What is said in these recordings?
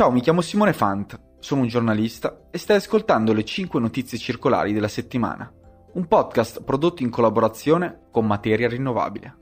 Ciao, mi chiamo Simone Fant, sono un giornalista e stai ascoltando le 5 notizie circolari della settimana, un podcast prodotto in collaborazione con Materia Rinnovabile.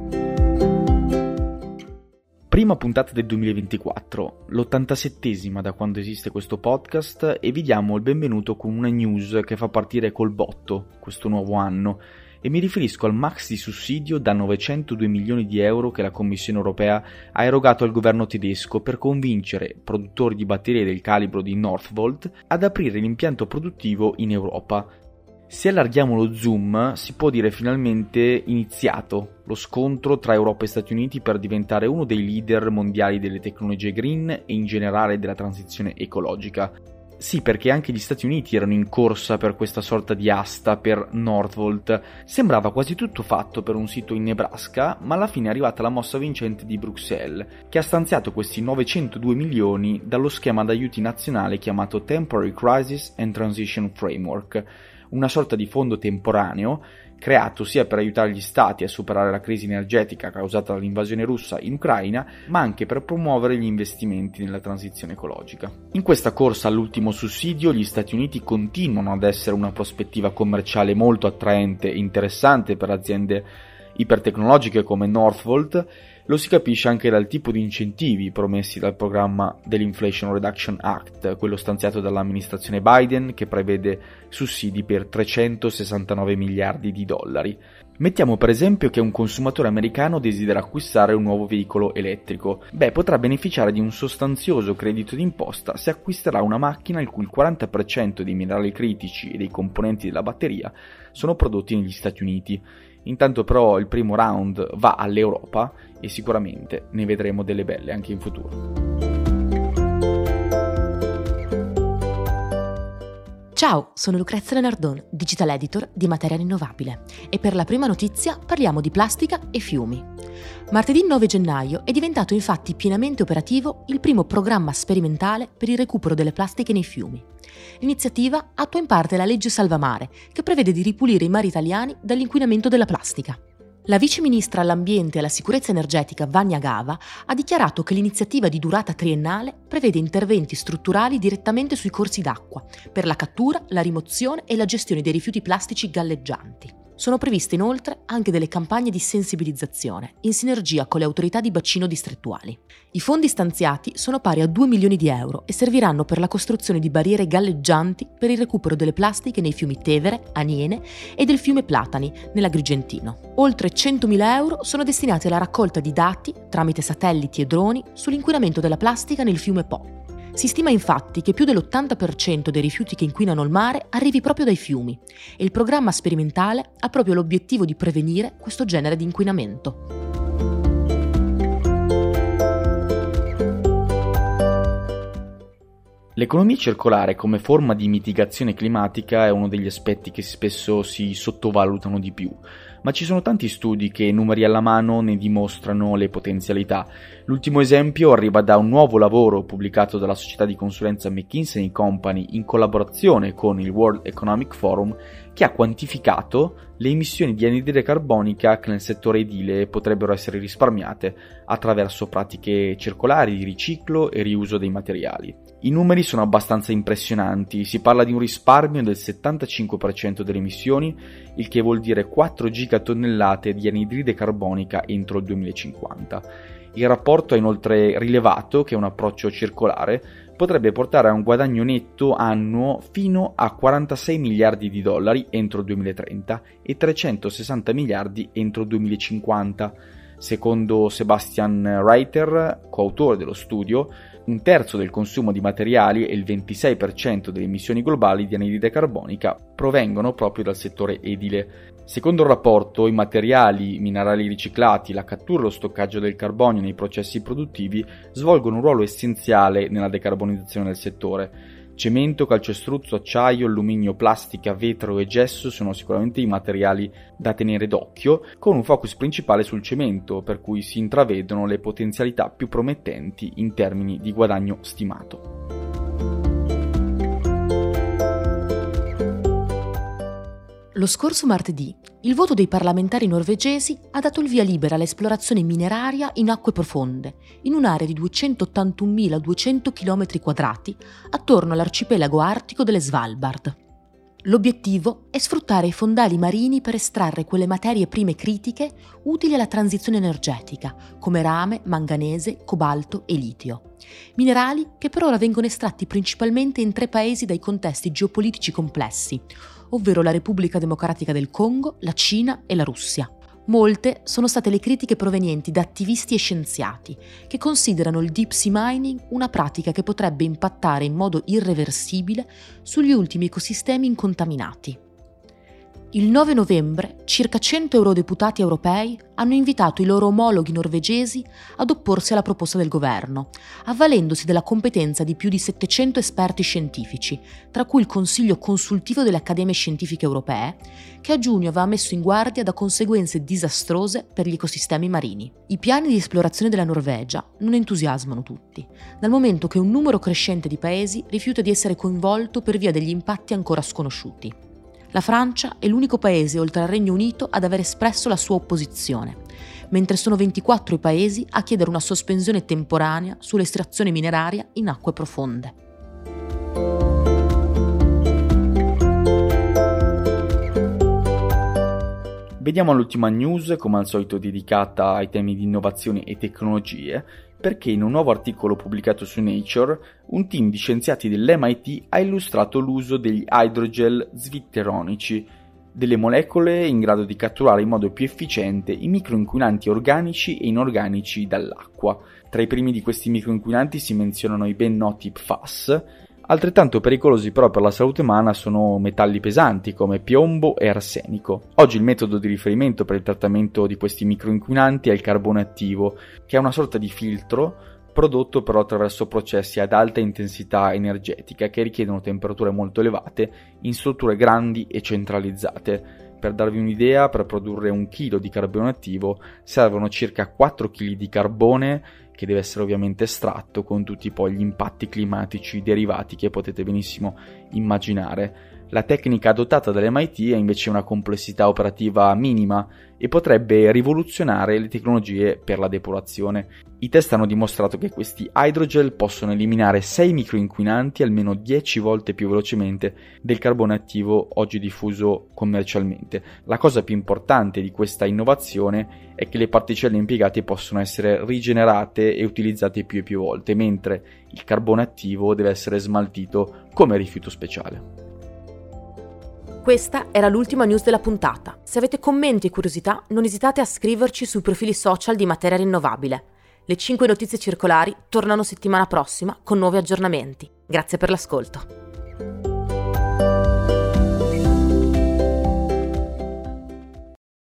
Prima puntata del 2024, l'87esima da quando esiste questo podcast, e vi diamo il benvenuto con una news che fa partire col botto questo nuovo anno, e mi riferisco al maxi sussidio da 902 milioni di euro che la Commissione europea ha erogato al governo tedesco per convincere produttori di batterie del calibro di Northvolt ad aprire l'impianto produttivo in Europa. Se allarghiamo lo zoom, si può dire finalmente iniziato lo scontro tra Europa e Stati Uniti per diventare uno dei leader mondiali delle tecnologie green e in generale della transizione ecologica. Sì, perché anche gli Stati Uniti erano in corsa per questa sorta di asta per Northvolt. Sembrava quasi tutto fatto per un sito in Nebraska, ma alla fine è arrivata la mossa vincente di Bruxelles, che ha stanziato questi 902 milioni dallo schema d'aiuti nazionale chiamato Temporary Crisis and Transition Framework, una sorta di fondo temporaneo creato sia per aiutare gli stati a superare la crisi energetica causata dall'invasione russa in Ucraina, ma anche per promuovere gli investimenti nella transizione ecologica. In questa corsa all'ultimo sussidio, gli Stati Uniti continuano ad essere una prospettiva commerciale molto attraente e interessante per aziende ipertecnologiche come Northvolt. Lo si capisce anche dal tipo di incentivi promessi dal programma dell'Inflation Reduction Act, quello stanziato dall'amministrazione Biden, che prevede sussidi per 369 miliardi di dollari. Mettiamo per esempio che un consumatore americano desidera acquistare un nuovo veicolo elettrico. Potrà beneficiare di un sostanzioso credito d'imposta se acquisterà una macchina il cui 40% dei minerali critici e dei componenti della batteria sono prodotti negli Stati Uniti. Intanto però il primo round va all'Europa e sicuramente ne vedremo delle belle anche in futuro. Ciao, sono Lucrezia Lenardon, Digital Editor di Materia Rinnovabile, e per la prima notizia parliamo di plastica e fiumi. Martedì 9 gennaio è diventato infatti pienamente operativo il primo programma sperimentale per il recupero delle plastiche nei fiumi. L'iniziativa attua in parte la legge Salvamare, che prevede di ripulire i mari italiani dall'inquinamento della plastica. La viceministra all'ambiente e alla sicurezza energetica Vania Gava ha dichiarato che l'iniziativa di durata triennale prevede interventi strutturali direttamente sui corsi d'acqua per la cattura, la rimozione e la gestione dei rifiuti plastici galleggianti. Sono previste inoltre anche delle campagne di sensibilizzazione in sinergia con le autorità di bacino distrettuali. I fondi stanziati sono pari a 2 milioni di euro e serviranno per la costruzione di barriere galleggianti per il recupero delle plastiche nei fiumi Tevere, Aniene e del fiume Platani nell'Agrigentino. Oltre 100.000 euro sono destinati alla raccolta di dati tramite satelliti e droni sull'inquinamento della plastica nel fiume Po. Si stima infatti che più dell'80% dei rifiuti che inquinano il mare arrivi proprio dai fiumi, e il programma sperimentale ha proprio l'obiettivo di prevenire questo genere di inquinamento. L'economia circolare come forma di mitigazione climatica è uno degli aspetti che spesso si sottovalutano di più, ma ci sono tanti studi che, numeri alla mano, ne dimostrano le potenzialità. L'ultimo esempio arriva da un nuovo lavoro pubblicato dalla società di consulenza McKinsey & Company in collaborazione con il World Economic Forum, che ha quantificato le emissioni di anidride carbonica che nel settore edile potrebbero essere risparmiate attraverso pratiche circolari di riciclo e riuso dei materiali. I numeri sono abbastanza impressionanti, si parla di un risparmio del 75% delle emissioni, il che vuol dire 4 gigatonnellate di anidride carbonica entro il 2050. Il rapporto ha inoltre rilevato che un approccio circolare potrebbe portare a un guadagno netto annuo fino a 46 miliardi di dollari entro il 2030 e 360 miliardi entro il 2050. Secondo Sebastian Reiter, coautore dello studio, un terzo del consumo di materiali e il 26% delle emissioni globali di anidride carbonica provengono proprio dal settore edile. Secondo il rapporto, i materiali minerali riciclati, la cattura e lo stoccaggio del carbonio nei processi produttivi svolgono un ruolo essenziale nella decarbonizzazione del settore. Cemento, calcestruzzo, acciaio, alluminio, plastica, vetro e gesso sono sicuramente i materiali da tenere d'occhio, con un focus principale sul cemento, per cui si intravedono le potenzialità più promettenti in termini di guadagno stimato. Lo scorso martedì, il voto dei parlamentari norvegesi ha dato il via libera all'esplorazione mineraria in acque profonde, in un'area di 281.200 km² attorno all'arcipelago artico delle Svalbard. L'obiettivo è sfruttare i fondali marini per estrarre quelle materie prime critiche utili alla transizione energetica, come rame, manganese, cobalto e litio. Minerali che per ora vengono estratti principalmente in 3 paesi dai contesti geopolitici complessi, ovvero la Repubblica Democratica del Congo, la Cina e la Russia. Molte sono state le critiche provenienti da attivisti e scienziati, che considerano il deep sea mining una pratica che potrebbe impattare in modo irreversibile sugli ultimi ecosistemi incontaminati. Il 9 novembre, circa 100 eurodeputati europei hanno invitato i loro omologhi norvegesi ad opporsi alla proposta del governo, avvalendosi della competenza di più di 700 esperti scientifici, tra cui il Consiglio consultivo delle Accademie Scientifiche Europee, che a giugno aveva messo in guardia da conseguenze disastrose per gli ecosistemi marini. I piani di esplorazione della Norvegia non entusiasmano tutti, dal momento che un numero crescente di paesi rifiuta di essere coinvolto per via degli impatti ancora sconosciuti. La Francia è l'unico paese oltre al Regno Unito ad aver espresso la sua opposizione, mentre sono 24 i paesi a chiedere una sospensione temporanea sull'estrazione mineraria in acque profonde. Vediamo l'ultima news, come al solito dedicata ai temi di innovazione e tecnologie, perché in un nuovo articolo pubblicato su Nature, un team di scienziati dell'MIT ha illustrato l'uso degli hydrogel zwitteronici, delle molecole in grado di catturare in modo più efficiente i microinquinanti organici e inorganici dall'acqua. Tra i primi di questi microinquinanti si menzionano i ben noti PFAS. Altrettanto pericolosi però per la salute umana sono metalli pesanti come piombo e arsenico. Oggi il metodo di riferimento per il trattamento di questi microinquinanti è il carbone attivo, che è una sorta di filtro prodotto però attraverso processi ad alta intensità energetica che richiedono temperature molto elevate in strutture grandi e centralizzate. Per darvi un'idea, per produrre 1 chilo di carbone attivo servono circa 4 kg di carbone, che deve essere ovviamente estratto, con tutti poi gli impatti climatici derivati che potete benissimo immaginare. La tecnica adottata dall'MIT ha invece una complessità operativa minima e potrebbe rivoluzionare le tecnologie per la depurazione. I test hanno dimostrato che questi hydrogel possono eliminare 6 microinquinanti almeno 10 volte più velocemente del carbone attivo oggi diffuso commercialmente. La cosa più importante di questa innovazione è che le particelle impiegate possono essere rigenerate e utilizzate più e più volte, mentre il carbone attivo deve essere smaltito come rifiuto speciale. Questa era l'ultima news della puntata. Se avete commenti e curiosità, non esitate a scriverci sui profili social di Materia Rinnovabile. Le 5 notizie circolari tornano settimana prossima con nuovi aggiornamenti. Grazie per l'ascolto.